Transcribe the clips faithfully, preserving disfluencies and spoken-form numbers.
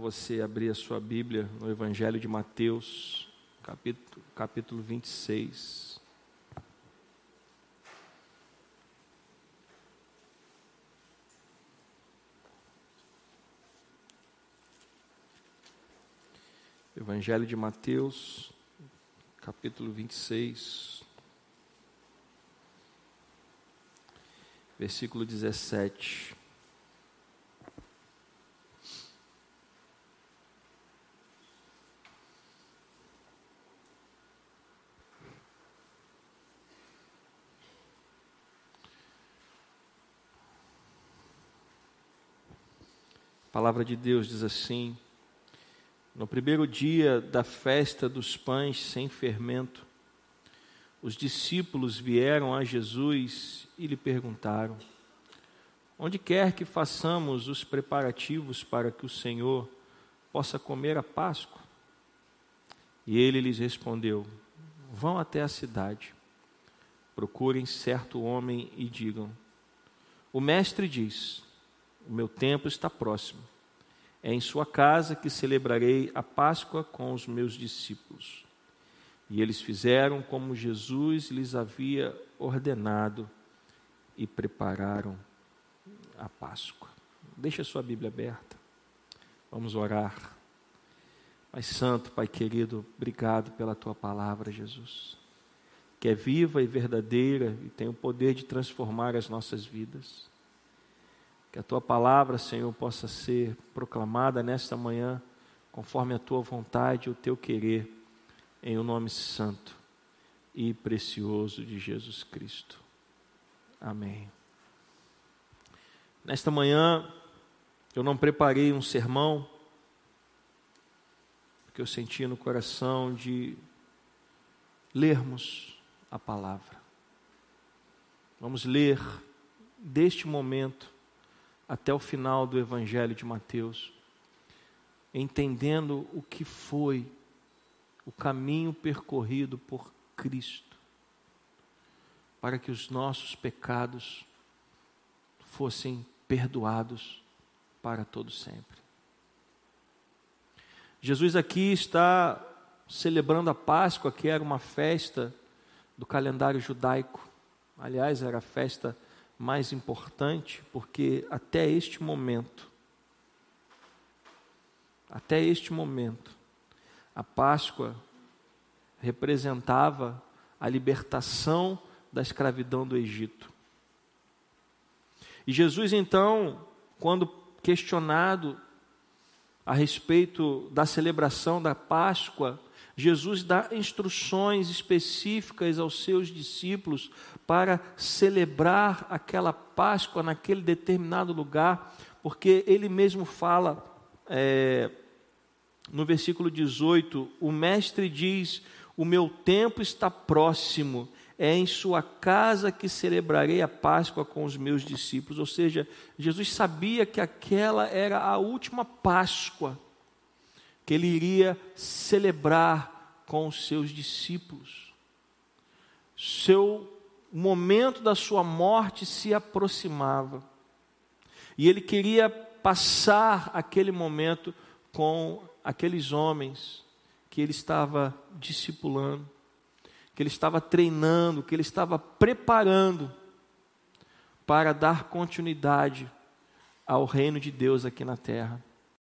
você abrir a sua Bíblia no Evangelho de Mateus, capítulo, capítulo vinte e seis. Evangelho de Mateus, capítulo vinte e seis, versículo dezessete. A palavra de Deus diz assim: no primeiro dia da festa dos pães sem fermento, os discípulos vieram a Jesus e lhe perguntaram: onde quer que façamos os preparativos para que o Senhor possa comer a Páscoa? E ele lhes respondeu: vão até a cidade, procurem certo homem e digam: o mestre diz, o meu tempo está próximo. É em sua casa que celebrarei a Páscoa com os meus discípulos. E eles fizeram como Jesus lhes havia ordenado e prepararam a Páscoa. Deixa a sua Bíblia aberta. Vamos orar. Pai Santo, Pai querido, obrigado pela Tua palavra, Jesus, que é viva e verdadeira e tem o poder de transformar as nossas vidas. Que a Tua palavra, Senhor, possa ser proclamada nesta manhã, conforme a Tua vontade e o Teu querer, em o nome santo e precioso de Jesus Cristo. Amém. Nesta manhã, eu não preparei um sermão, porque eu senti no coração de lermos a palavra. Vamos ler deste momento até o final do Evangelho de Mateus, entendendo o que foi o caminho percorrido por Cristo, para que os nossos pecados fossem perdoados para todo sempre. Jesus aqui está celebrando a Páscoa, que era uma festa do calendário judaico. Aliás, era a festa mais importante, porque até este momento, até este momento, a Páscoa representava a libertação da escravidão do Egito. E Jesus, então, quando questionado a respeito da celebração da Páscoa, Jesus dá instruções específicas aos seus discípulos para celebrar aquela Páscoa naquele determinado lugar, porque ele mesmo fala é, no versículo dezoito, o mestre diz, o meu tempo está próximo, é em sua casa que celebrarei a Páscoa com os meus discípulos. Ou seja, Jesus sabia que aquela era a última Páscoa que ele iria celebrar com os seus discípulos. Seu momento da sua morte se aproximava. E ele queria passar aquele momento com aqueles homens que ele estava discipulando, que ele estava treinando, que ele estava preparando para dar continuidade ao reino de Deus aqui na terra.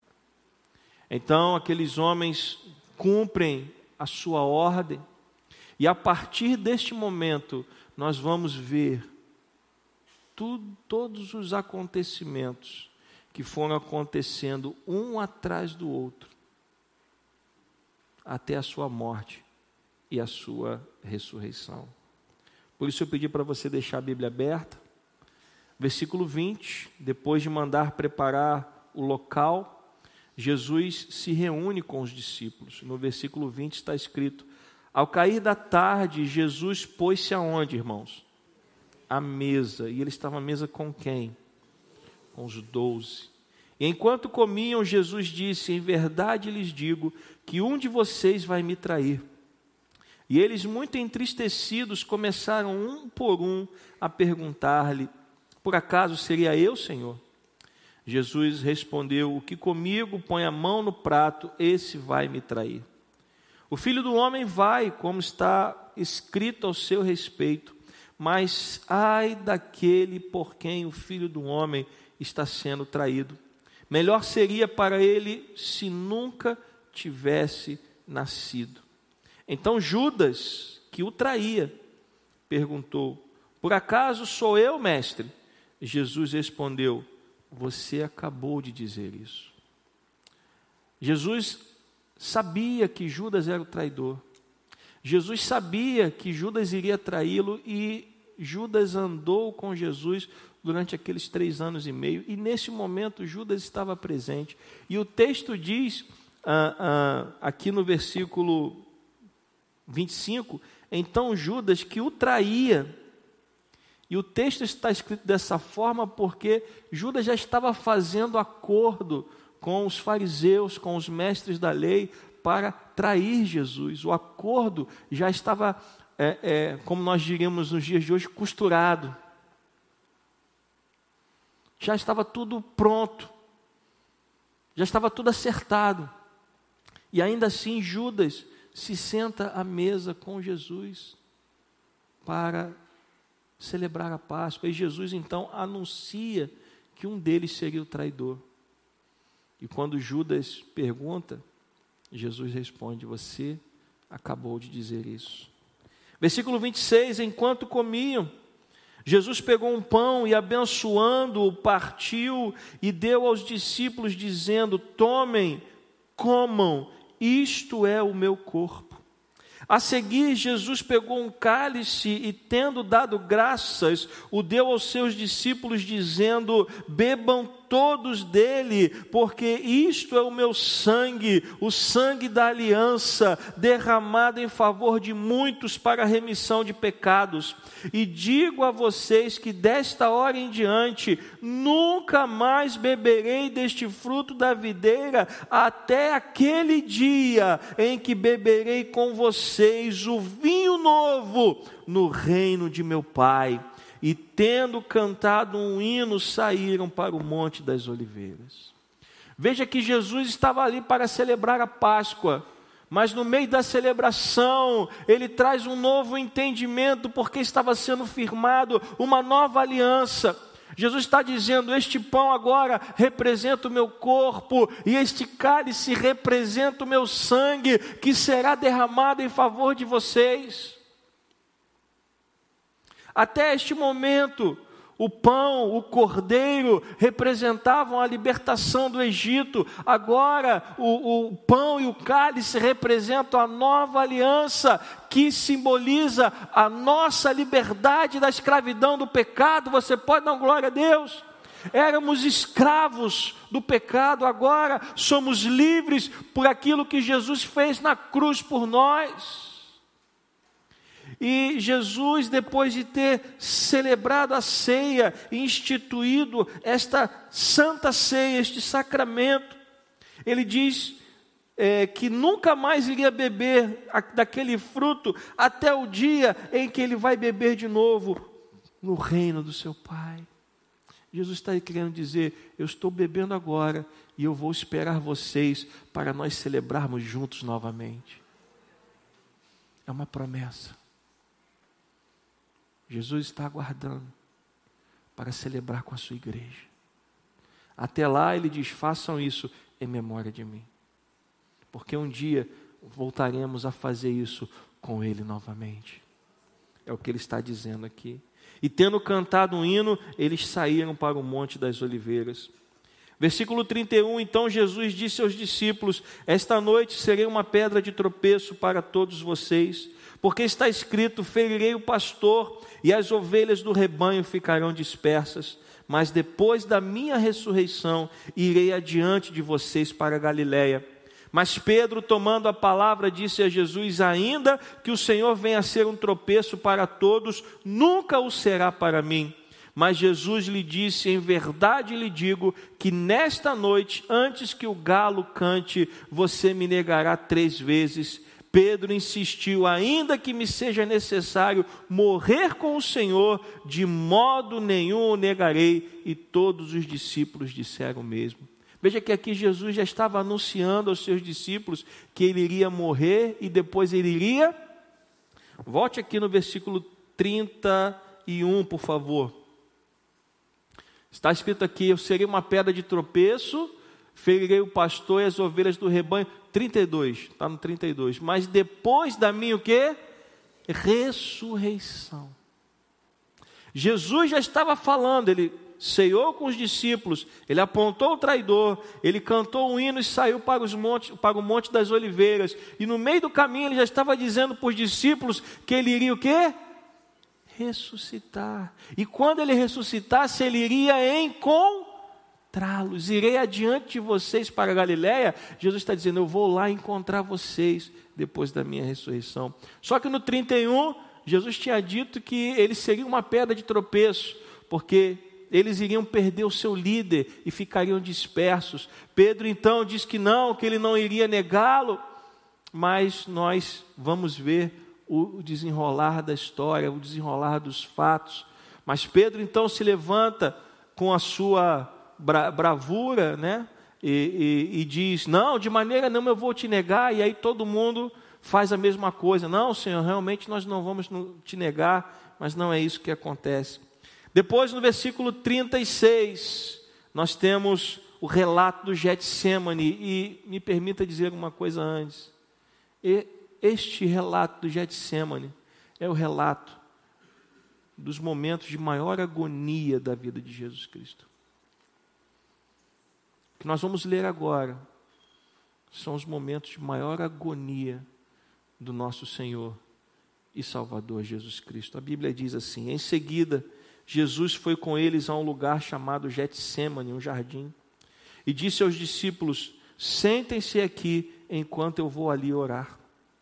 Então, aqueles homens cumprem a sua ordem, e a partir deste momento, nós vamos ver tudo, todos os acontecimentos que foram acontecendo um atrás do outro, até a sua morte e a sua ressurreição. Por isso eu pedi para você deixar a Bíblia aberta. Versículo vinte, depois de mandar preparar o local, Jesus se reúne com os discípulos. No versículo vinte está escrito: ao cair da tarde, Jesus pôs-se aonde, irmãos? À mesa. E ele estava à mesa com quem? Com os doze. E enquanto comiam, Jesus disse: em verdade lhes digo que um de vocês vai me trair. E eles, muito entristecidos, começaram um por um a perguntar-lhe: por acaso seria eu, Senhor? Jesus respondeu: o que comigo põe a mão no prato, esse vai me trair. O Filho do Homem vai, como está escrito ao seu respeito, mas ai daquele por quem o Filho do Homem está sendo traído. Melhor seria para ele se nunca tivesse nascido. Então Judas, que o traía, perguntou: por acaso sou eu, mestre? Jesus respondeu: você acabou de dizer isso. Jesus sabia que Judas era o traidor. Jesus sabia que Judas iria traí-lo e Judas andou com Jesus durante aqueles três anos e meio. E nesse momento Judas estava presente. E o texto diz, ah, ah, aqui no versículo vinte e cinco, então Judas, que o traía. E o texto está escrito dessa forma porque Judas já estava fazendo acordo com os fariseus, com os mestres da lei, para trair Jesus. O acordo já estava, é, é, como nós diríamos nos dias de hoje, costurado. Já estava tudo pronto. Já estava tudo acertado. E ainda assim Judas se senta à mesa com Jesus para celebrar a Páscoa. E Jesus então anuncia que um deles seria o traidor. E quando Judas pergunta, Jesus responde: você acabou de dizer isso. Versículo vinte e seis, enquanto comiam, Jesus pegou um pão e abençoando-o, partiu e deu aos discípulos, dizendo: tomem, comam, isto é o meu corpo. A seguir, Jesus pegou um cálice e, tendo dado graças, o deu aos seus discípulos, dizendo: bebam todos dele, porque isto é o meu sangue, o sangue da aliança, derramado em favor de muitos para a remissão de pecados. E digo a vocês que desta hora em diante, nunca mais beberei deste fruto da videira, até aquele dia em que beberei com vocês o vinho novo no reino de meu Pai. E tendo cantado um hino, saíram para o Monte das Oliveiras. Veja que Jesus estava ali para celebrar a Páscoa, mas no meio da celebração, ele traz um novo entendimento, porque estava sendo firmado uma nova aliança. Jesus está dizendo: este pão agora representa o meu corpo, e este cálice representa o meu sangue, que será derramado em favor de vocês. Até este momento, o pão, o cordeiro, representavam a libertação do Egito. Agora, o, o pão e o cálice representam a nova aliança, que simboliza a nossa liberdade da escravidão do pecado. Você pode dar glória a Deus? Éramos escravos do pecado, agora somos livres por aquilo que Jesus fez na cruz por nós. E Jesus, depois de ter celebrado a ceia, instituído esta santa ceia, este sacramento, ele diz é, que nunca mais iria beber daquele fruto até o dia em que ele vai beber de novo no reino do seu Pai. Jesus está aí querendo dizer: eu estou bebendo agora e eu vou esperar vocês para nós celebrarmos juntos novamente. É uma promessa. Jesus está aguardando para celebrar com a sua igreja. Até lá ele diz: façam isso em memória de mim, porque um dia voltaremos a fazer isso com ele novamente. É o que ele está dizendo aqui. E tendo cantado um hino, eles saíram para o Monte das Oliveiras. Versículo trinta e um, então Jesus disse aos discípulos: esta noite serei uma pedra de tropeço para todos vocês, porque está escrito: ferirei o pastor e as ovelhas do rebanho ficarão dispersas. Mas depois da minha ressurreição, irei adiante de vocês para a Galiléia. Mas Pedro, tomando a palavra, disse a Jesus: ainda que o Senhor venha a ser um tropeço para todos, nunca o será para mim. Mas Jesus lhe disse: em verdade lhe digo que nesta noite, antes que o galo cante, você me negará três vezes. Pedro insistiu: ainda que me seja necessário morrer com o Senhor, de modo nenhum o negarei. E todos os discípulos disseram o mesmo. Veja que aqui Jesus já estava anunciando aos seus discípulos que ele iria morrer e depois ele iria... Volte aqui no versículo trinta e um, por favor. Está escrito aqui: eu serei uma pedra de tropeço, ferirei o pastor e as ovelhas do rebanho. trinta e dois, está no trinta e dois. Mas depois da minha o quê? Ressurreição. Jesus já estava falando, ele ceou com os discípulos, ele apontou o traidor, ele cantou um hino e saiu para, os montes, para o Monte das Oliveiras. E no meio do caminho ele já estava dizendo para os discípulos que ele iria o quê? Ressuscitar. E quando ele ressuscitasse, ele iria encontrá-los. Irei adiante de vocês para a Galiléia. Jesus está dizendo: eu vou lá encontrar vocês depois da minha ressurreição. Só que no trinta e um, Jesus tinha dito que ele seria uma pedra de tropeço, porque eles iriam perder o seu líder e ficariam dispersos. Pedro então diz que não, que ele não iria negá-lo, mas nós vamos ver o desenrolar da história, o desenrolar dos fatos. Mas Pedro então se levanta com a sua bra- bravura, né? E, e, e diz: não, de maneira nenhuma eu vou te negar. E aí todo mundo faz a mesma coisa: não, Senhor, realmente nós não vamos te negar. Mas não é isso que acontece. Depois, no versículo trinta e seis, nós temos o relato do Getsêmani. E me permita dizer uma coisa antes. E este relato do Getsêmani é o relato dos momentos de maior agonia da vida de Jesus Cristo. O que nós vamos ler agora são os momentos de maior agonia do nosso Senhor e Salvador Jesus Cristo. A Bíblia diz assim: em seguida, Jesus foi com eles a um lugar chamado Getsêmani, um jardim, e disse aos discípulos: sentem-se aqui enquanto eu vou ali orar.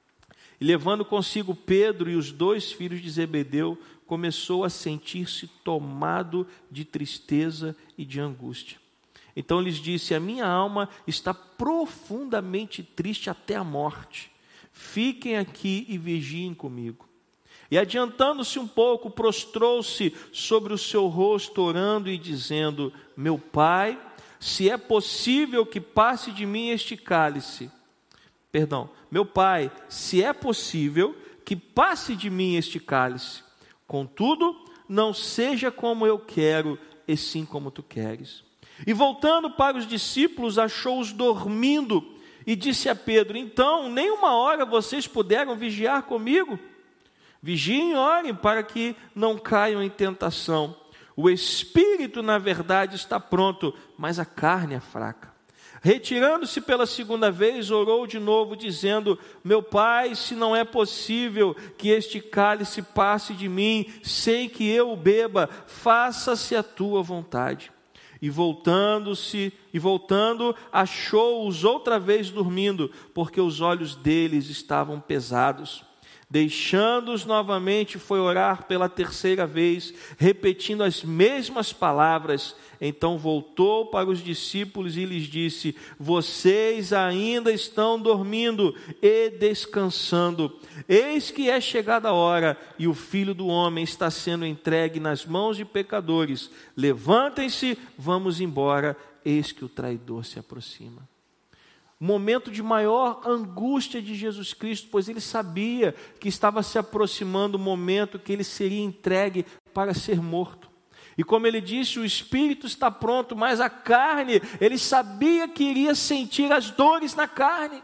E levando consigo Pedro e os dois filhos de Zebedeu, começou a sentir-se tomado de tristeza e de angústia. Então lhes disse: a minha alma está profundamente triste até a morte. Fiquem aqui e vigiem comigo. E adiantando-se um pouco, prostrou-se sobre o seu rosto, orando e dizendo: meu Pai, se é possível que passe de mim este cálice. Perdão, meu Pai, se é possível que passe de mim este cálice. Contudo, não seja como eu quero, e sim como tu queres. E voltando para os discípulos, achou-os dormindo e disse a Pedro: então, nem uma hora vocês puderam vigiar comigo? Vigiem e orem para que não caiam em tentação. O espírito, na verdade, está pronto, mas a carne é fraca. Retirando-se pela segunda vez, orou de novo, dizendo: meu Pai, se não é possível que este cálice passe de mim, sem que eu o beba, faça-se a tua vontade. E voltando-se, e voltando, achou-os outra vez dormindo, porque os olhos deles estavam pesados. Deixando-os novamente, foi orar pela terceira vez, repetindo as mesmas palavras. Então voltou para os discípulos e lhes disse: vocês ainda estão dormindo e descansando. Eis que é chegada a hora, e o Filho do Homem está sendo entregue nas mãos de pecadores. Levantem-se, vamos embora, eis que o traidor se aproxima. Momento de maior angústia de Jesus Cristo, pois ele sabia que estava se aproximando o momento que ele seria entregue para ser morto. E como ele disse, o espírito está pronto, mas a carne, ele sabia que iria sentir as dores na carne.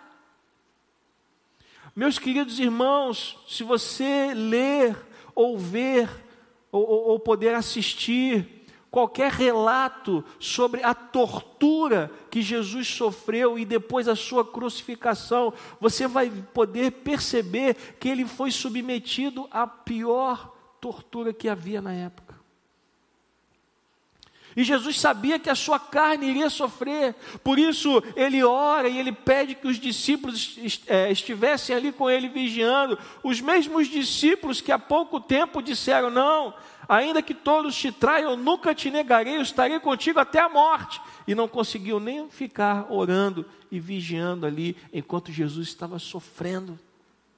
Meus queridos irmãos, se você ler, ou ver, ou, ou, ou poder assistir qualquer relato sobre a tortura que Jesus sofreu e depois a sua crucificação, você vai poder perceber que ele foi submetido à pior tortura que havia na época. E Jesus sabia que a sua carne iria sofrer, por isso ele ora e ele pede que os discípulos estivessem ali com ele vigiando, os mesmos discípulos que há pouco tempo disseram: não, ainda que todos te traiam, eu nunca te negarei, eu estarei contigo até a morte. E não conseguiu nem ficar orando e vigiando ali, enquanto Jesus estava sofrendo.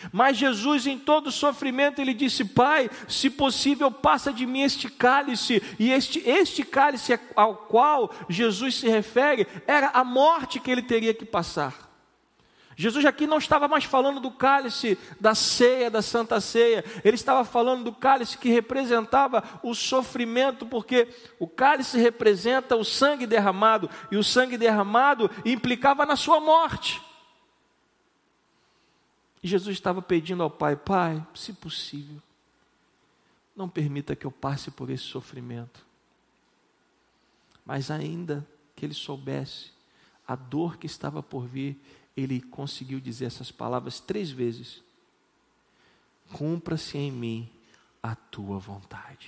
Mas Jesus, em todo sofrimento, ele disse: Pai, se possível, passa de mim este cálice. E este, este cálice ao qual Jesus se refere, era a morte que ele teria que passar. Jesus aqui não estava mais falando do cálice da ceia, da Santa Ceia. Ele estava falando do cálice que representava o sofrimento, porque o cálice representa o sangue derramado, e o sangue derramado implicava na sua morte. E Jesus estava pedindo ao Pai: Pai, se possível, não permita que eu passe por esse sofrimento. Mas ainda que ele soubesse a dor que estava por vir, ele conseguiu dizer essas palavras três vezes: cumpra-se em mim a tua vontade.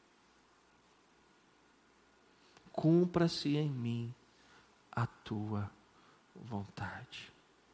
Cumpra-se em mim a tua vontade.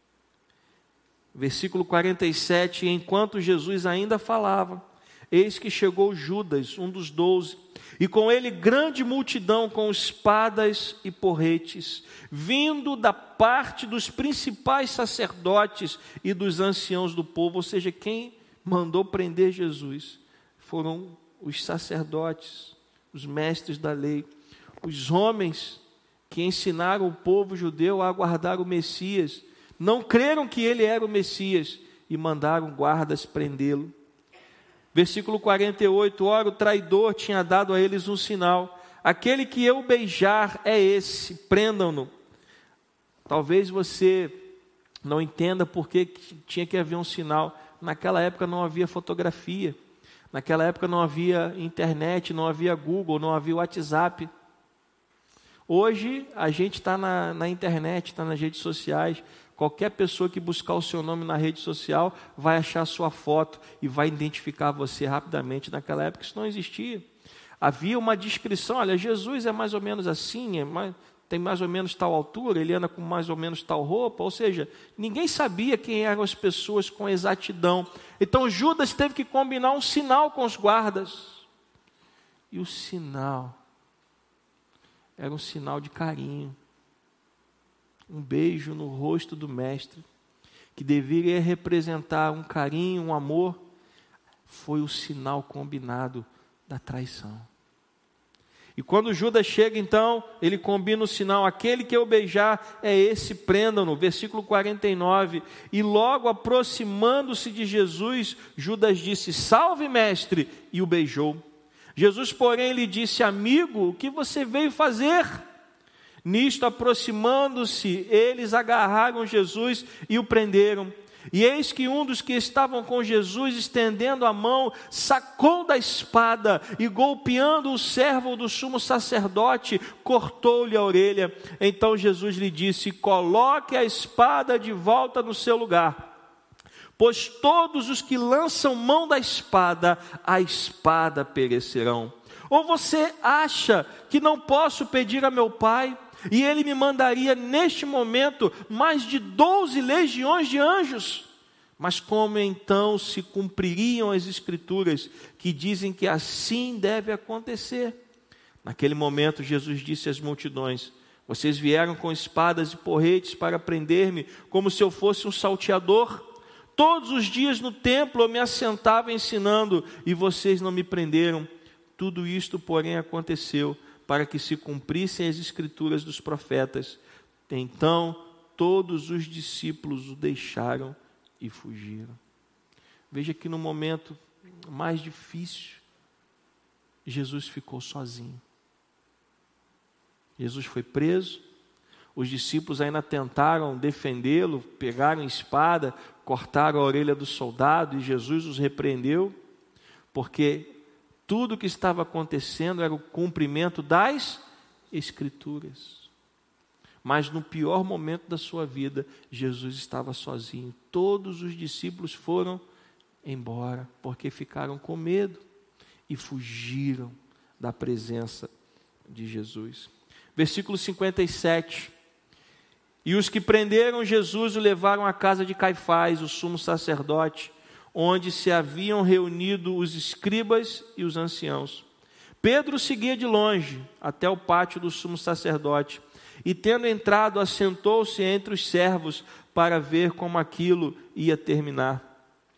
Versículo quarenta e sete, enquanto Jesus ainda falava, eis que chegou Judas, um dos doze, e com ele grande multidão com espadas e porretes, vindo da parte dos principais sacerdotes e dos anciãos do povo. Ou seja, quem mandou prender Jesus foram os sacerdotes, os mestres da lei, os homens que ensinaram o povo judeu a aguardar o Messias. Não creram que ele era o Messias e mandaram guardas prendê-lo. Versículo quarenta e oito, ora, o traidor tinha dado a eles um sinal: aquele que eu beijar é esse, prendam-no. Talvez você não entenda por que tinha que haver um sinal. Naquela época não havia fotografia, naquela época não havia internet, não havia Google, não havia WhatsApp. Hoje a gente está na, na internet, está nas redes sociais. Qualquer pessoa que buscar o seu nome na rede social vai achar a sua foto e vai identificar você rapidamente. Naquela época isso não existia. Havia uma descrição: olha, Jesus é mais ou menos assim, é mais, tem mais ou menos tal altura, ele anda com mais ou menos tal roupa. Ou seja, ninguém sabia quem eram as pessoas com exatidão. Então Judas teve que combinar um sinal com os guardas. E o sinal era um sinal de carinho. Um beijo no rosto do mestre, que deveria representar um carinho, um amor, foi o sinal combinado da traição. E quando Judas chega, então, ele combina o sinal: aquele que eu beijar é esse, prendam-no. Versículo quarenta e nove, e logo aproximando-se de Jesus, Judas disse: salve, mestre, e o beijou. Jesus, porém, lhe disse: amigo, o que você veio fazer? Nisto, aproximando-se, eles agarraram Jesus e o prenderam. E eis que um dos que estavam com Jesus, estendendo a mão, sacou da espada e, golpeando o servo do sumo sacerdote, cortou-lhe a orelha. Então Jesus lhe disse: coloque a espada de volta no seu lugar, pois todos os que lançam mão da espada, a espada perecerão. Ou você acha que não posso pedir a meu Pai, e ele me mandaria neste momento mais de doze legiões de anjos? Mas como então se cumpririam as escrituras que dizem que assim deve acontecer? Naquele momento Jesus disse às multidões: vocês vieram com espadas e porretes para prender-me, como se eu fosse um salteador? Todos os dias no templo eu me assentava ensinando, e vocês não me prenderam. Tudo isto, porém, aconteceu para que se cumprissem as escrituras dos profetas. Então todos os discípulos o deixaram e fugiram. Veja que no momento mais difícil, Jesus ficou sozinho. Jesus foi preso, os discípulos ainda tentaram defendê-lo, pegaram espada, cortaram a orelha do soldado, e Jesus os repreendeu, porque tudo o que estava acontecendo era o cumprimento das Escrituras. Mas no pior momento da sua vida, Jesus estava sozinho. Todos os discípulos foram embora, porque ficaram com medo e fugiram da presença de Jesus. Versículo cinquenta e sete. E os que prenderam Jesus o levaram à casa de Caifás, o sumo sacerdote, onde se haviam reunido os escribas e os anciãos. Pedro seguia de longe até o pátio do sumo sacerdote, e tendo entrado, assentou-se entre os servos para ver como aquilo ia terminar.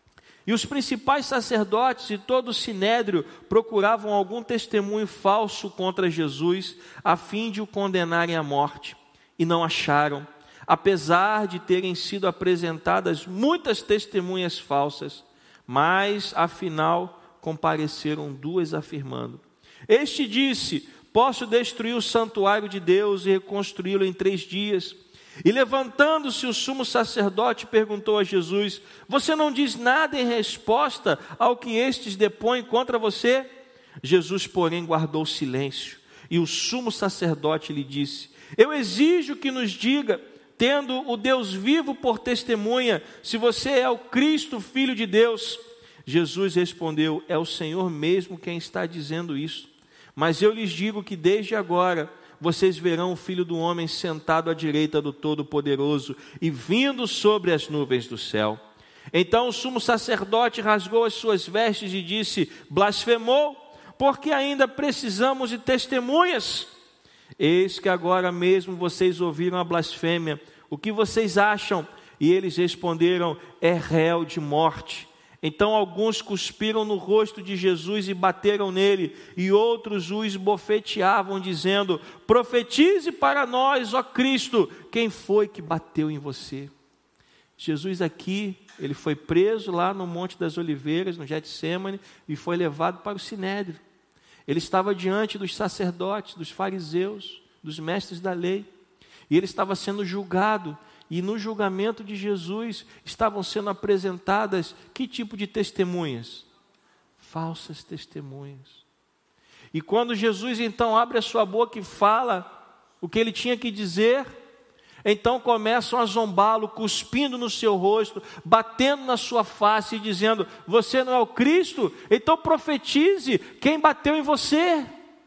E os principais sacerdotes e todo o sinédrio procuravam algum testemunho falso contra Jesus, a fim de o condenarem à morte, e não acharam, apesar de terem sido apresentadas muitas testemunhas falsas, mas afinal compareceram duas afirmando: este disse: posso destruir o santuário de Deus e reconstruí-lo em três dias. E levantando-se o sumo sacerdote perguntou a Jesus: você não diz nada em resposta ao que estes depõem contra você? Jesus, porém, guardou silêncio. E o sumo sacerdote lhe disse: eu exijo que nos diga, tendo o Deus vivo por testemunha, se você é o Cristo, Filho de Deus. Jesus respondeu: é o Senhor mesmo quem está dizendo isso. Mas eu lhes digo que desde agora vocês verão o Filho do Homem sentado à direita do Todo-Poderoso e vindo sobre as nuvens do céu. Então o sumo sacerdote rasgou as suas vestes e disse: blasfemou, porque ainda precisamos de testemunhas. Eis que agora mesmo vocês ouviram a blasfêmia. O que vocês acham? E eles responderam: é réu de morte. Então alguns cuspiram no rosto de Jesus e bateram nele, e outros o esbofeteavam, dizendo: profetize para nós, ó Cristo, quem foi que bateu em você? Jesus aqui, ele foi preso lá no Monte das Oliveiras, no Getsêmani, e foi levado para o Sinédrio. Ele estava diante dos sacerdotes, dos fariseus, dos mestres da lei, e ele estava sendo julgado. E no julgamento de Jesus estavam sendo apresentadas que tipo de testemunhas? Falsas testemunhas. E quando Jesus então abre a sua boca e fala o que ele tinha que dizer, então começam a zombá-lo, cuspindo no seu rosto, batendo na sua face e dizendo: você não é o Cristo? Então profetize quem bateu em você.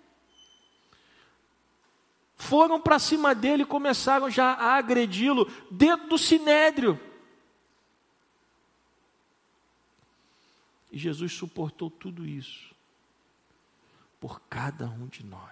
Foram para cima dele e começaram já a agredi-lo dentro do sinédrio. E Jesus suportou tudo isso por cada um de nós.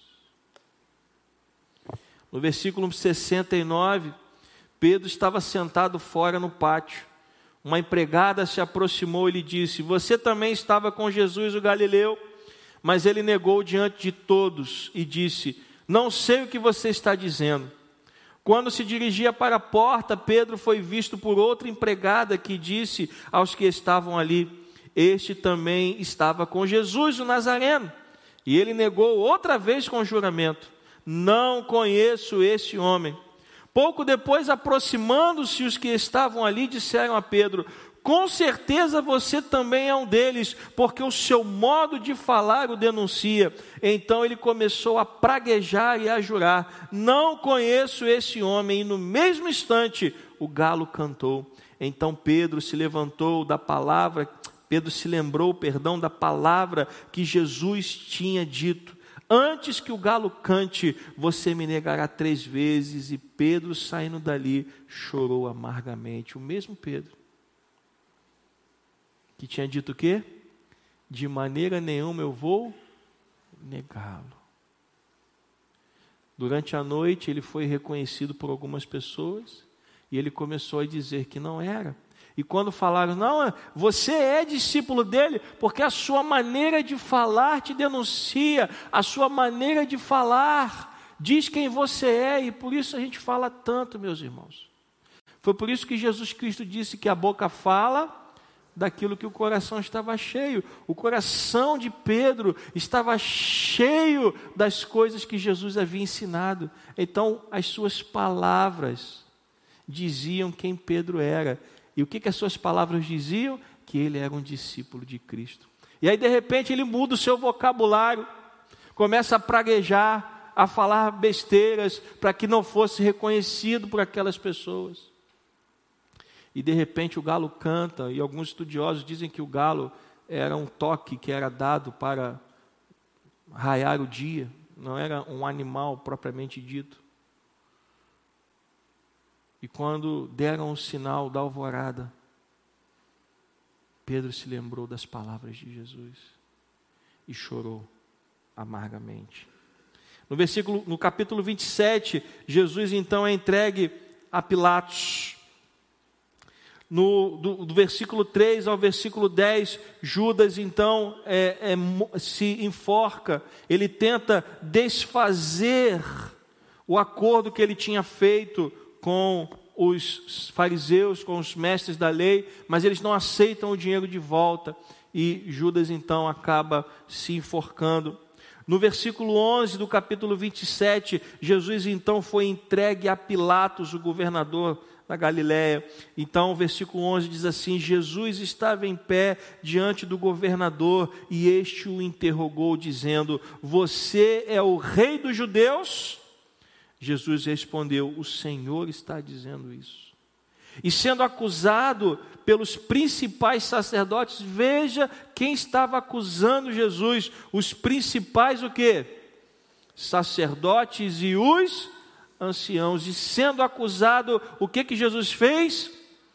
No versículo sessenta e nove, Pedro estava sentado fora no pátio. Uma empregada se aproximou e lhe disse: você também estava com Jesus o Galileu? Mas ele negou diante de todos e disse: não sei o que você está dizendo. Quando se dirigia para a porta, Pedro foi visto por outra empregada que disse aos que estavam ali: este também estava com Jesus o Nazareno. E ele negou outra vez com juramento: não conheço esse homem. Pouco depois, aproximando-se os que estavam ali, disseram a Pedro: com certeza você também é um deles, porque o seu modo de falar o denuncia. Então ele começou a praguejar e a jurar: não conheço esse homem. E no mesmo instante o galo cantou. Então Pedro se levantou da palavra, Pedro se lembrou, perdão, da palavra que Jesus tinha dito: antes que o galo cante, você me negará três vezes. E Pedro, saindo dali, chorou amargamente. O mesmo Pedro que tinha dito o quê? De maneira nenhuma eu vou negá-lo. Durante a noite ele foi reconhecido por algumas pessoas e ele começou a dizer que não era. E quando falaram: não, você é discípulo dele, porque a sua maneira de falar te denuncia, a sua maneira de falar diz quem você é, e por isso a gente fala tanto, meus irmãos. Foi por isso que Jesus Cristo disse que a boca fala daquilo que o coração estava cheio. O coração de Pedro estava cheio das coisas que Jesus havia ensinado. Então as suas palavras diziam quem Pedro era. E o que, que as suas palavras diziam? Que ele era um discípulo de Cristo. E aí de repente ele muda o seu vocabulário, começa a praguejar, a falar besteiras para que não fosse reconhecido por aquelas pessoas. E de repente o galo canta, e alguns estudiosos dizem que o galo era um toque que era dado para raiar o dia, não era um animal propriamente dito. E quando deram o sinal da alvorada, Pedro se lembrou das palavras de Jesus e chorou amargamente. No versículo, no capítulo vinte e sete, Jesus então é entregue a Pilatos. No, do, do versículo três ao versículo dez, Judas então é, é, se enforca, ele tenta desfazer o acordo que ele tinha feito com os fariseus, com os mestres da lei, mas eles não aceitam o dinheiro de volta, e Judas então acaba se enforcando. No versículo onze do capítulo vinte e sete, Jesus então foi entregue a Pilatos, o governador da Galiléia. Então o versículo onze diz assim: Jesus estava em pé diante do governador, e este o interrogou, dizendo: você é o rei dos judeus? Jesus respondeu: o Senhor está dizendo isso. E sendo acusado pelos principais sacerdotes, veja quem estava acusando Jesus: os principais o quê? Sacerdotes e os anciãos. E sendo acusado, o que que Jesus fez?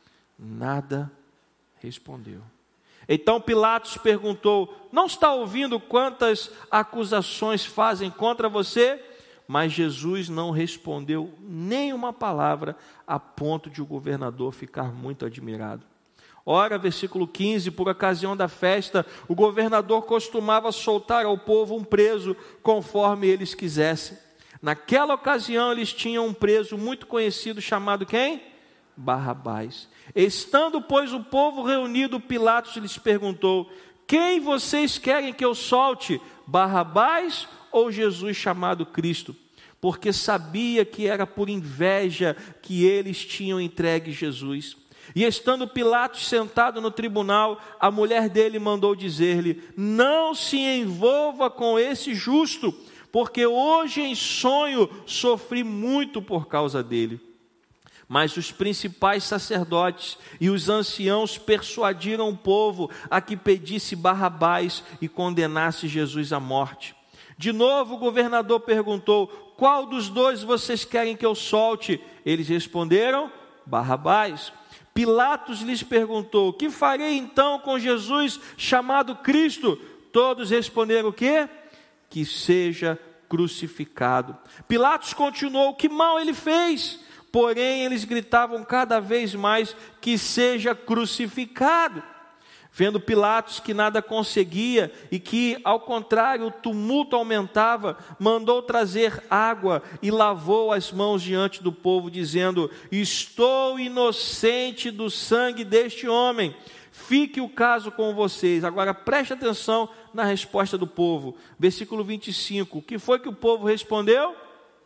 Nada respondeu. Então Pilatos perguntou: não está ouvindo quantas acusações fazem contra você? Mas Jesus não respondeu nem uma palavra, a ponto de o governador ficar muito admirado. Ora, versículo quinze, por ocasião da festa, o governador costumava soltar ao povo um preso, conforme eles quisessem. Naquela ocasião, eles tinham um preso muito conhecido, chamado quem? Barrabás. Estando, pois, o povo reunido, Pilatos lhes perguntou: quem vocês querem que eu solte, Barrabás ou Jesus chamado Cristo? Porque sabia que era por inveja que eles tinham entregue Jesus. E estando Pilatos sentado no tribunal, a mulher dele mandou dizer-lhe: não se envolva com esse justo, porque hoje em sonho sofri muito por causa dele. Mas os principais sacerdotes e os anciãos persuadiram o povo a que pedisse Barrabás e condenasse Jesus à morte. De novo o governador perguntou: qual dos dois vocês querem que eu solte? Eles responderam: Barrabás. Pilatos lhes perguntou: que farei então com Jesus chamado Cristo? Todos responderam o quê? Que seja crucificado. Pilatos continuou: que mal ele fez? Porém eles gritavam cada vez mais: que seja crucificado. Vendo Pilatos que nada conseguia e que, ao contrário, o tumulto aumentava, mandou trazer água e lavou as mãos diante do povo, dizendo: estou inocente do sangue deste homem, fique o caso com vocês. Agora preste atenção na resposta do povo. Versículo vinte e cinco, o que foi que o povo respondeu?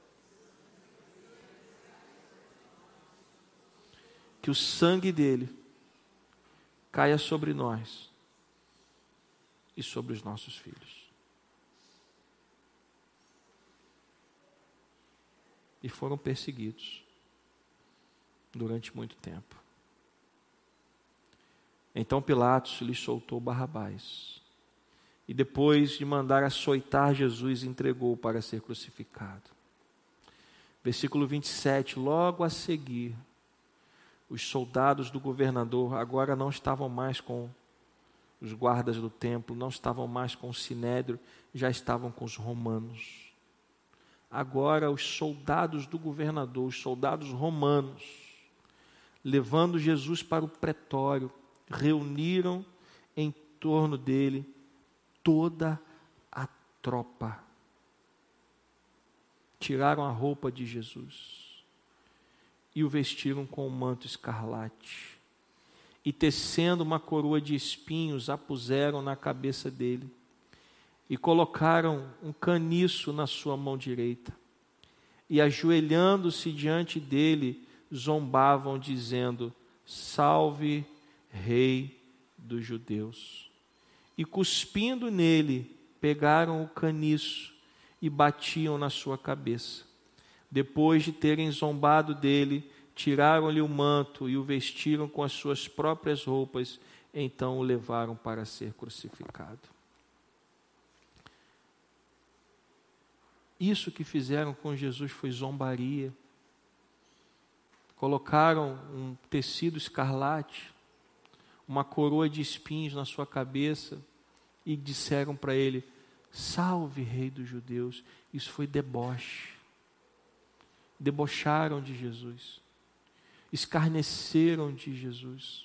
Que o sangue dele caia sobre nós e sobre os nossos filhos. E foram perseguidos durante muito tempo. Então Pilatos lhes soltou Barrabás, e depois de mandar açoitar Jesus, entregou para ser crucificado. Versículo vinte e sete, logo a seguir, os soldados do governador agora não estavam mais com os guardas do templo, não estavam mais com o sinédrio, já estavam com os romanos. Agora os soldados do governador, os soldados romanos, levando Jesus para o pretório, reuniram em torno dele toda a tropa. Tiraram a roupa de Jesus e o vestiram com um manto escarlate, e tecendo uma coroa de espinhos, a puseram na cabeça dele, e colocaram um caniço na sua mão direita, e ajoelhando-se diante dele, zombavam, dizendo: salve, rei dos judeus. E cuspindo nele, pegaram o caniço e batiam na sua cabeça. Depois de terem zombado dele, tiraram-lhe o manto e o vestiram com as suas próprias roupas, então o levaram para ser crucificado. Isso que fizeram com Jesus foi zombaria. Colocaram um tecido escarlate, uma coroa de espinhos na sua cabeça e disseram para ele: salve, rei dos judeus. Isso foi deboche. Debocharam de Jesus. escarneceram de Jesus.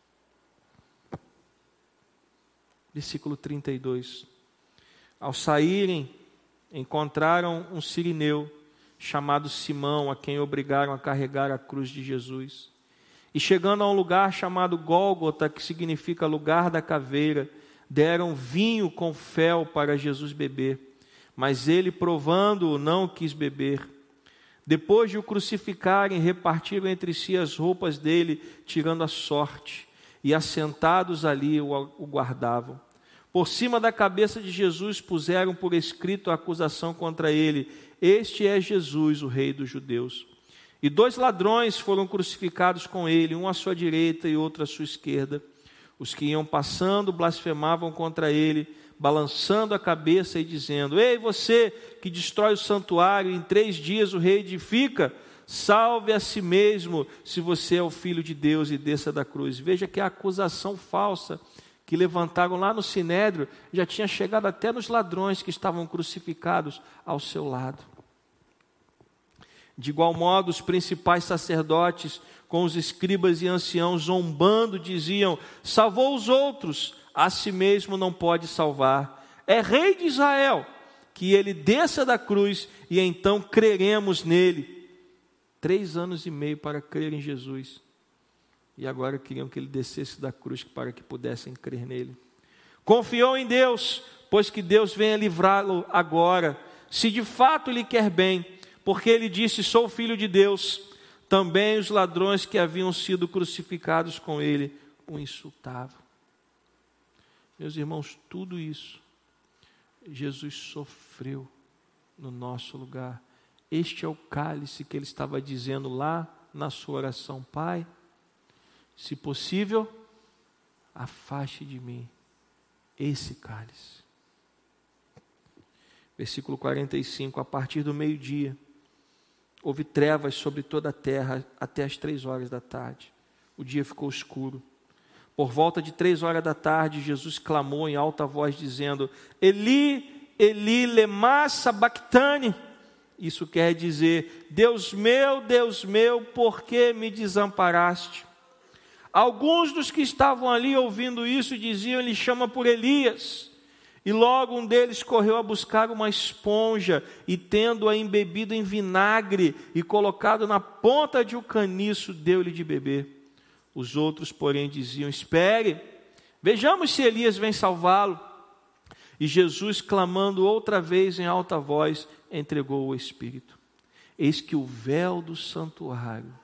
Versículo trinta e dois. Ao saírem, encontraram um sirineu, chamado Simão, a quem obrigaram a carregar a cruz de Jesus. E chegando a um lugar chamado Gólgota, que significa lugar da caveira, deram vinho com fel para Jesus beber. Mas ele, provando-o, não quis beber. Depois de o crucificarem, repartiram entre si as roupas dele, tirando a sorte, e assentados ali o guardavam. Por cima da cabeça de Jesus puseram por escrito a acusação contra ele: este é Jesus, o Rei dos Judeus. E dois ladrões foram crucificados com ele, um à sua direita e outro à sua esquerda. Os que iam passando blasfemavam contra ele, balançando a cabeça e dizendo: ei, você que destrói o santuário, em três dias o reedifica, salve a si mesmo, se você é o Filho de Deus, e desça da cruz. Veja que a acusação falsa que levantaram lá no Sinédrio já tinha chegado até nos ladrões que estavam crucificados ao seu lado. De igual modo, os principais sacerdotes, com os escribas e anciãos, zombando, diziam: salvou os outros, a si mesmo não pode salvar. É rei de Israel, que ele desça da cruz e então creremos nele. Três anos e meio para crer em Jesus. E agora queriam que ele descesse da cruz para que pudessem crer nele. Confiou em Deus, pois que Deus venha livrá-lo agora, se de fato lhe quer bem, porque ele disse: sou filho de Deus. Também os ladrões que haviam sido crucificados com ele o insultavam. Meus irmãos, tudo isso Jesus sofreu no nosso lugar. Este é o cálice que ele estava dizendo lá na sua oração: Pai, se possível, afaste de mim esse cálice. Versículo quarenta e cinco: a partir do meio-dia, houve trevas sobre toda a terra até as três horas da tarde. O dia ficou escuro. Por volta de três horas da tarde, Jesus clamou em alta voz, dizendo: Eli, Eli, lema sabactani. Isso quer dizer: Deus meu, Deus meu, por que me desamparaste? Alguns dos que estavam ali ouvindo isso diziam: ele chama por Elias. E logo um deles correu a buscar uma esponja e, tendo-a embebido em vinagre e colocado na ponta de um caniço, deu-lhe de beber. Os outros, porém, diziam: espere, vejamos se Elias vem salvá-lo. E Jesus, clamando outra vez em alta voz, entregou o Espírito. Eis que o véu do santuário,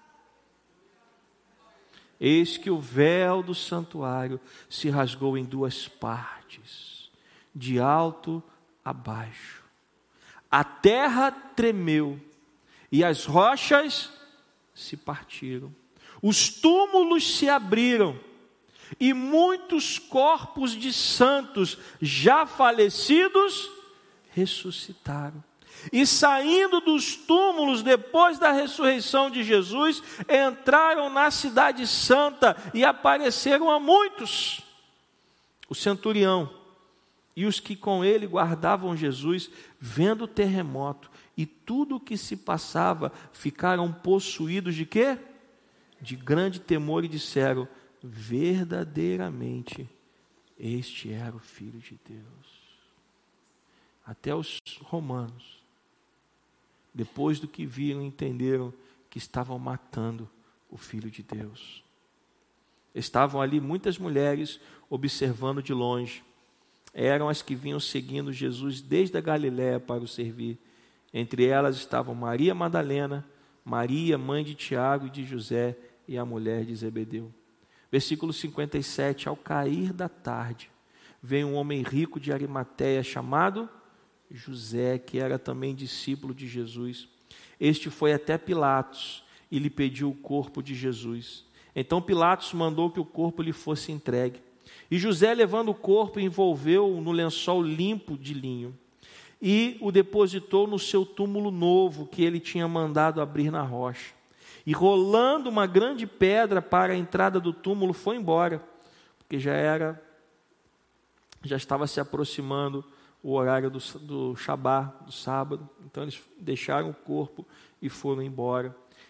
eis que o véu do santuário se rasgou em duas partes, de alto a baixo. A terra tremeu e as rochas se partiram. Os túmulos se abriram e muitos corpos de santos já falecidos ressuscitaram. E saindo dos túmulos depois da ressurreição de Jesus, entraram na cidade santa e apareceram a muitos. O centurião e os que com ele guardavam Jesus, vendo o terremoto e tudo o que se passava, ficaram possuídos de quê? De grande temor, e disseram: verdadeiramente este era o Filho de Deus. Até os romanos, depois do que viram, entenderam que estavam matando o Filho de Deus. Estavam ali muitas mulheres observando de longe. Eram as que vinham seguindo Jesus desde a Galiléia para o servir. Entre elas estavam Maria Madalena, Maria, mãe de Tiago e de José, e a mulher de Zebedeu. Versículo cinquenta e sete: ao cair da tarde, veio um homem rico de Arimateia, chamado José, que era também discípulo de Jesus. Este foi até Pilatos e lhe pediu o corpo de Jesus. Então Pilatos mandou que o corpo lhe fosse entregue. E José, levando o corpo, envolveu-o no lençol limpo de linho e o depositou no seu túmulo novo, que ele tinha mandado abrir na rocha. E rolando uma grande pedra para a entrada do túmulo, foi embora, porque já era, já estava se aproximando o horário do, do Shabá, do sábado. Então eles deixaram o corpo e foram embora.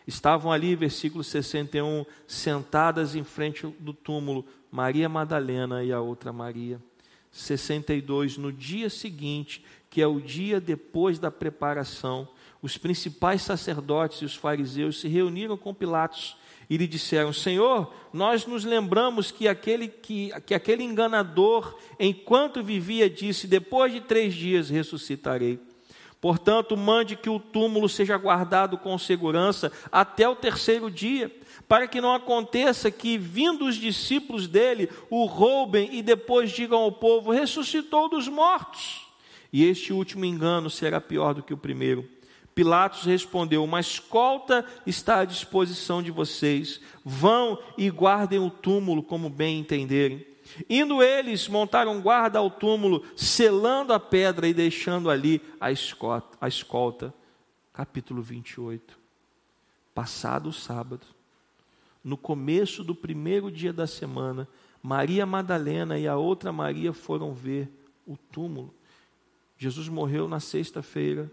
Estavam ali, versículo sessenta e um, sentadas em frente do túmulo, Maria Madalena e a outra Maria. sessenta e dois, no dia seguinte, que é o dia depois da preparação, os principais sacerdotes e os fariseus se reuniram com Pilatos e lhe disseram: Senhor, nós nos lembramos que aquele, que, que aquele enganador, enquanto vivia, disse: depois de três dias ressuscitarei. Portanto, mande que o túmulo seja guardado com segurança até o terceiro dia, para que não aconteça que, vindo os discípulos dele, o roubem e depois digam ao povo: ressuscitou dos mortos. E este último engano será pior do que o primeiro. Pilatos respondeu: uma escolta está à disposição de vocês. Vão e guardem o túmulo como bem entenderem. Indo eles, montaram guarda ao túmulo, selando a pedra e deixando ali a escolta. A escolta. Capítulo vinte e oito. Passado o sábado, no começo do primeiro dia da semana, Maria Madalena e a outra Maria foram ver o túmulo. Jesus morreu na sexta-feira.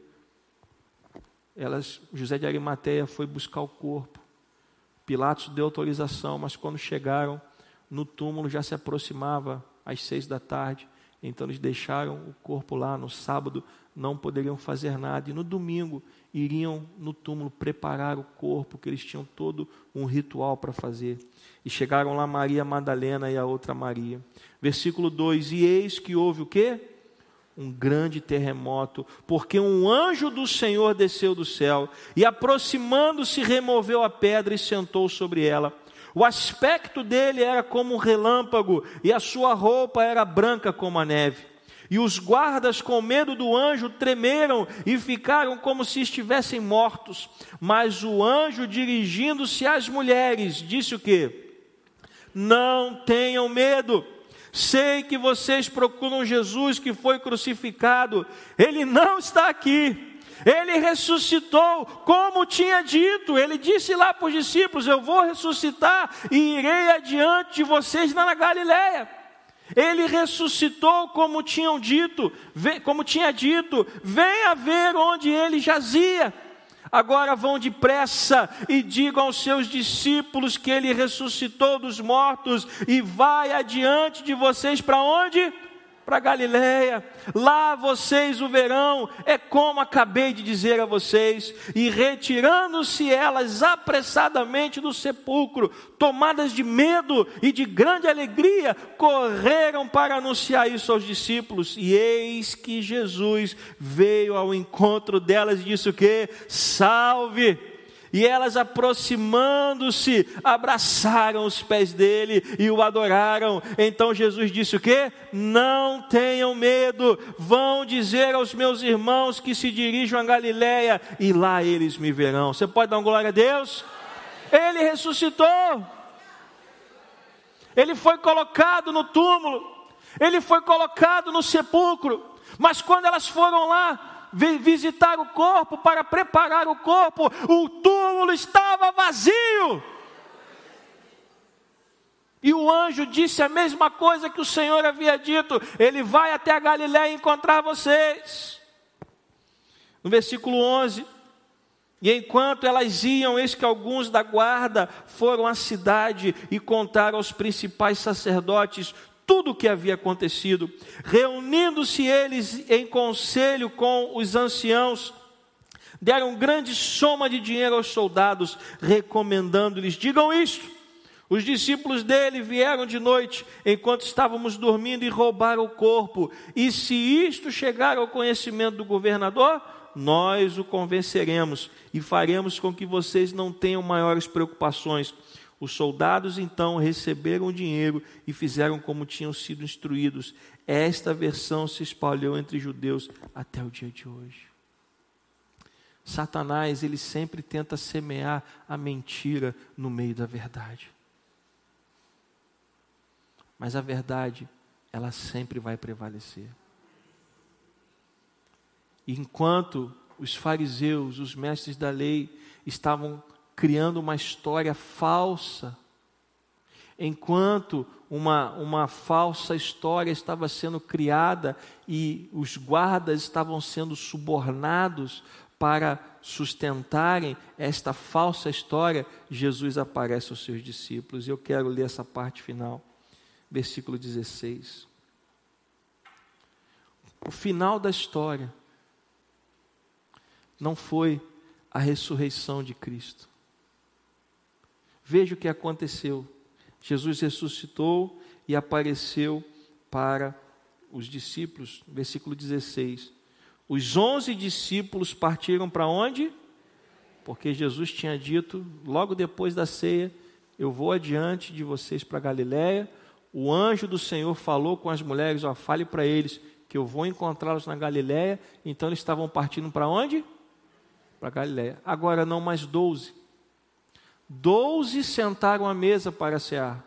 Elas, José de Arimateia foi buscar o corpo. Pilatos deu autorização, mas quando chegaram no túmulo já se aproximava às seis da tarde. Então eles deixaram o corpo lá. No sábado não poderiam fazer nada, e no domingo iriam no túmulo preparar o corpo, que eles tinham todo um ritual para fazer. E chegaram lá Maria Madalena e a outra Maria. Versículo dois, e eis que houve o quê? Um grande terremoto, porque um anjo do Senhor desceu do céu, e aproximando-se removeu a pedra e sentou sobre ela. O aspecto dele era como um relâmpago, e a sua roupa era branca como a neve. E os guardas, com medo do anjo, tremeram e ficaram como se estivessem mortos. Mas o anjo, dirigindo-se às mulheres, disse o quê? Não tenham medo. Sei que vocês procuram Jesus que foi crucificado. Ele não está aqui. Ele ressuscitou, como tinha dito. Ele disse lá para os discípulos: eu vou ressuscitar e irei adiante de vocês na Galileia. Ele ressuscitou como tinham dito, como tinha dito. Venha ver onde ele jazia. Agora vão depressa e digam aos seus discípulos que ele ressuscitou dos mortos e vai adiante de vocês para onde? Para Galileia. Lá vocês o verão, é como acabei de dizer a vocês. E retirando-se elas apressadamente do sepulcro, tomadas de medo e de grande alegria, correram para anunciar isso aos discípulos. E eis que Jesus veio ao encontro delas e disse o quê? Salve! E elas, aproximando-se, abraçaram os pés dele e o adoraram. Então Jesus disse o quê? Não tenham medo, vão dizer aos meus irmãos que se dirijam a Galileia e lá eles me verão. Você pode dar uma glória a Deus? Ele ressuscitou. Ele foi colocado no túmulo. Ele foi colocado no sepulcro. Mas quando elas foram lá visitar o corpo, para preparar o corpo, o túmulo estava vazio. E o anjo disse a mesma coisa que o Senhor havia dito: ele vai até a Galileia encontrar vocês. No versículo onze, e enquanto elas iam, eis que alguns da guarda foram à cidade e contaram aos principais sacerdotes tudo o que havia acontecido. Reunindo-se eles em conselho com os anciãos, deram grande soma de dinheiro aos soldados, recomendando-lhes: digam isto: os discípulos dele vieram de noite, enquanto estávamos dormindo, e roubaram o corpo. E se isto chegar ao conhecimento do governador, nós o convenceremos e faremos com que vocês não tenham maiores preocupações. Os soldados então receberam o dinheiro e fizeram como tinham sido instruídos. Esta versão se espalhou entre judeus até o dia de hoje. Satanás, ele sempre tenta semear a mentira no meio da verdade. Mas a verdade, ela sempre vai prevalecer. Enquanto os fariseus, os mestres da lei, estavam criando uma história falsa, enquanto uma, uma falsa história estava sendo criada e os guardas estavam sendo subornados para sustentarem esta falsa história, Jesus aparece aos seus discípulos. E eu quero ler essa parte final, versículo dezesseis. O final da história não foi a ressurreição de Cristo. Veja o que aconteceu. Jesus ressuscitou e apareceu para os discípulos. Versículo dezesseis. Os onze discípulos partiram para onde? Porque Jesus tinha dito, logo depois da ceia, eu vou adiante de vocês para Galiléia. O anjo do Senhor falou com as mulheres, ó, fale para eles que eu vou encontrá-los na Galiléia. Então eles estavam partindo para onde? Para Galiléia. Agora não mais doze. Doze sentaram à mesa para cear.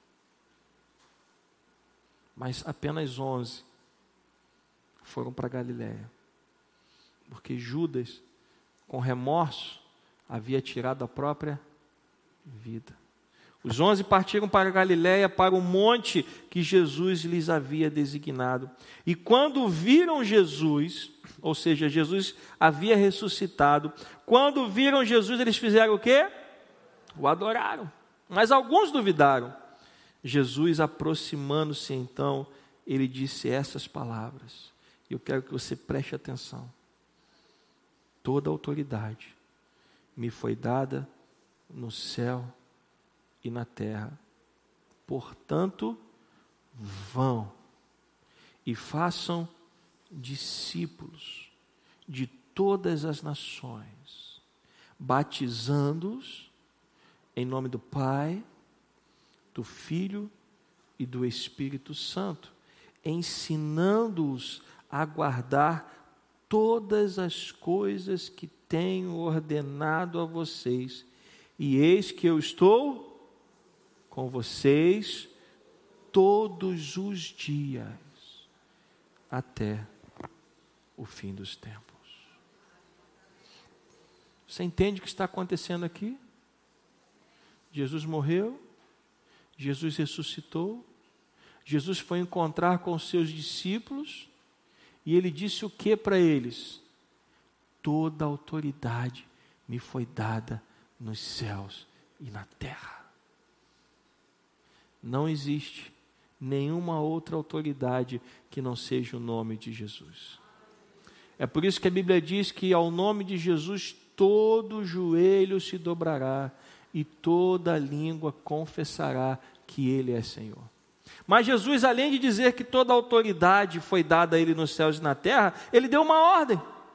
Mas apenas onze foram para Galiléia. Porque Judas, com remorso, havia tirado a própria vida. Os onze partiram para Galiléia, para o monte que Jesus lhes havia designado. E quando viram Jesus, ou seja, Jesus havia ressuscitado, quando viram Jesus, eles fizeram o quê? O adoraram. Mas alguns duvidaram. Jesus, aproximando-se então, ele disse essas palavras. E eu quero que você preste atenção. Toda autoridade me foi dada no céu e na terra. Portanto, vão e façam discípulos de todas as nações, batizando-os em nome do Pai, do Filho e do Espírito Santo, ensinando-os a guardar todas as coisas que tenho ordenado a vocês, e eis que eu estou com vocês todos os dias, até o fim dos tempos. Você entende o que está acontecendo aqui? Jesus morreu, Jesus ressuscitou, Jesus foi encontrar com os seus discípulos, e ele disse o que para eles? Toda autoridade me foi dada nos céus e na terra. Não existe nenhuma outra autoridade que não seja o nome de Jesus. É por isso que a Bíblia diz que ao nome de Jesus todo joelho se dobrará e toda língua confessará que Ele é Senhor. Mas Jesus, além de dizer que toda autoridade foi dada a Ele nos céus e na terra, Ele deu uma ordem.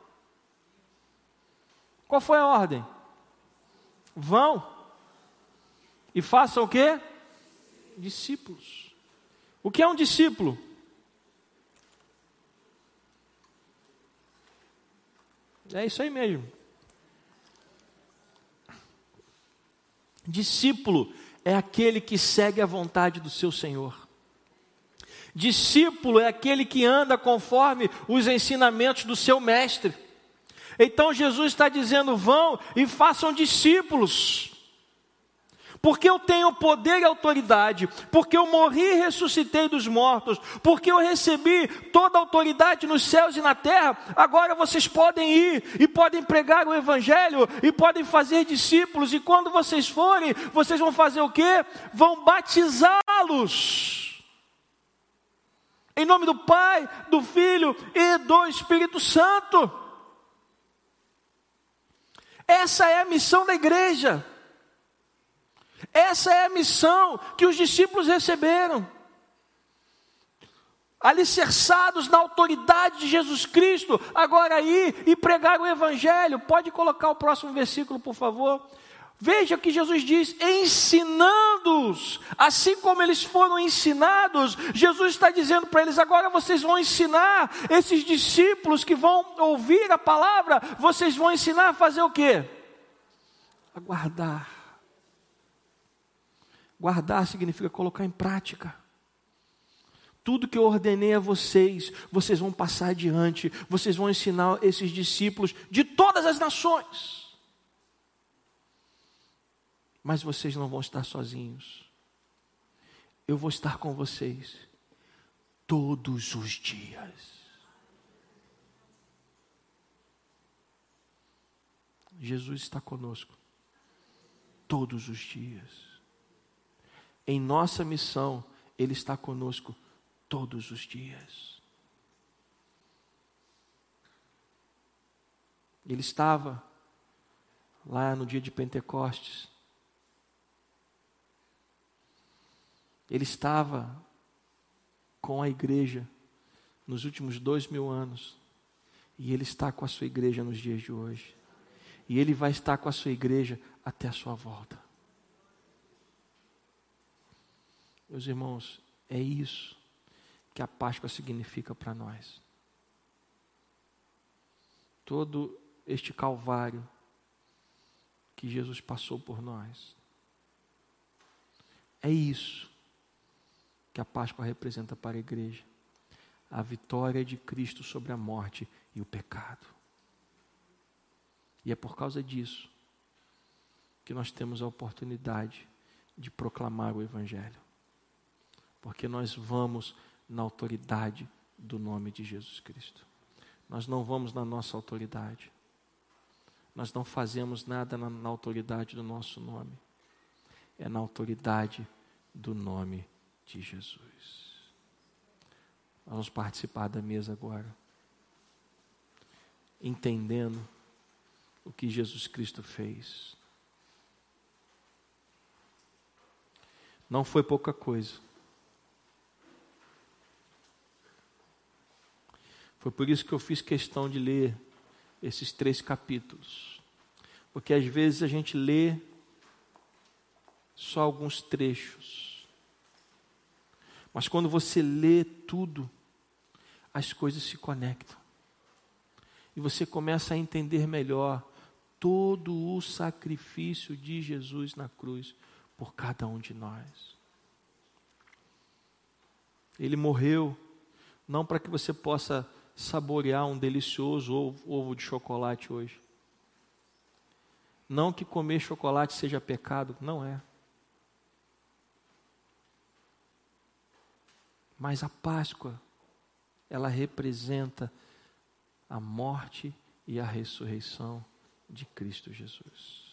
Qual foi a ordem? Vão e façam o quê? Discípulos. O que é um discípulo? É isso aí mesmo. Discípulo é aquele que segue a vontade do seu Senhor. Discípulo é aquele que anda conforme os ensinamentos do seu mestre. Então Jesus está dizendo, vão e façam discípulos. Porque eu tenho poder e autoridade, porque eu morri e ressuscitei dos mortos, porque eu recebi toda a autoridade nos céus e na terra, agora vocês podem ir e podem pregar o evangelho e podem fazer discípulos, e quando vocês forem, vocês vão fazer o quê? Vão batizá-los. Em nome do Pai, do Filho e do Espírito Santo. Essa é a missão da igreja. Essa é a missão que os discípulos receberam. Alicerçados na autoridade de Jesus Cristo, agora ir e pregar o Evangelho. Pode colocar o próximo versículo, por favor. Veja que Jesus diz, ensinando-os, assim como eles foram ensinados. Jesus está dizendo para eles, agora vocês vão ensinar esses discípulos que vão ouvir a palavra, vocês vão ensinar a fazer o quê? A guardar. Guardar significa colocar em prática. Tudo que eu ordenei a vocês, vocês vão passar adiante, vocês vão ensinar esses discípulos de todas as nações. Mas vocês não vão estar sozinhos. Eu vou estar com vocês todos os dias. Jesus está conosco todos os dias. Em nossa missão, Ele está conosco todos os dias. Ele estava lá no dia de Pentecostes. Ele estava com a igreja nos últimos dois mil anos. E Ele está com a sua igreja nos dias de hoje. E Ele vai estar com a sua igreja até a sua volta. Meus irmãos, é isso que a Páscoa significa para nós. Todo este calvário que Jesus passou por nós. É isso que a Páscoa representa para a igreja. A vitória de Cristo sobre a morte e o pecado. E é por causa disso que nós temos a oportunidade de proclamar o Evangelho. Porque nós vamos na autoridade do nome de Jesus Cristo. Nós não vamos na nossa autoridade. Nós não fazemos nada na, na autoridade do nosso nome. É na autoridade do nome de Jesus. Vamos participar da mesa agora. Entendendo o que Jesus Cristo fez. Não foi pouca coisa. Foi por isso que eu fiz questão de ler esses três capítulos. Porque às vezes a gente lê só alguns trechos. Mas quando você lê tudo, as coisas se conectam. E você começa a entender melhor todo o sacrifício de Jesus na cruz por cada um de nós. Ele morreu não para que você possa saborear um delicioso ovo, ovo de chocolate hoje. Não que comer chocolate seja pecado, não é. Mas a Páscoa, ela representa a morte e a ressurreição de Cristo Jesus.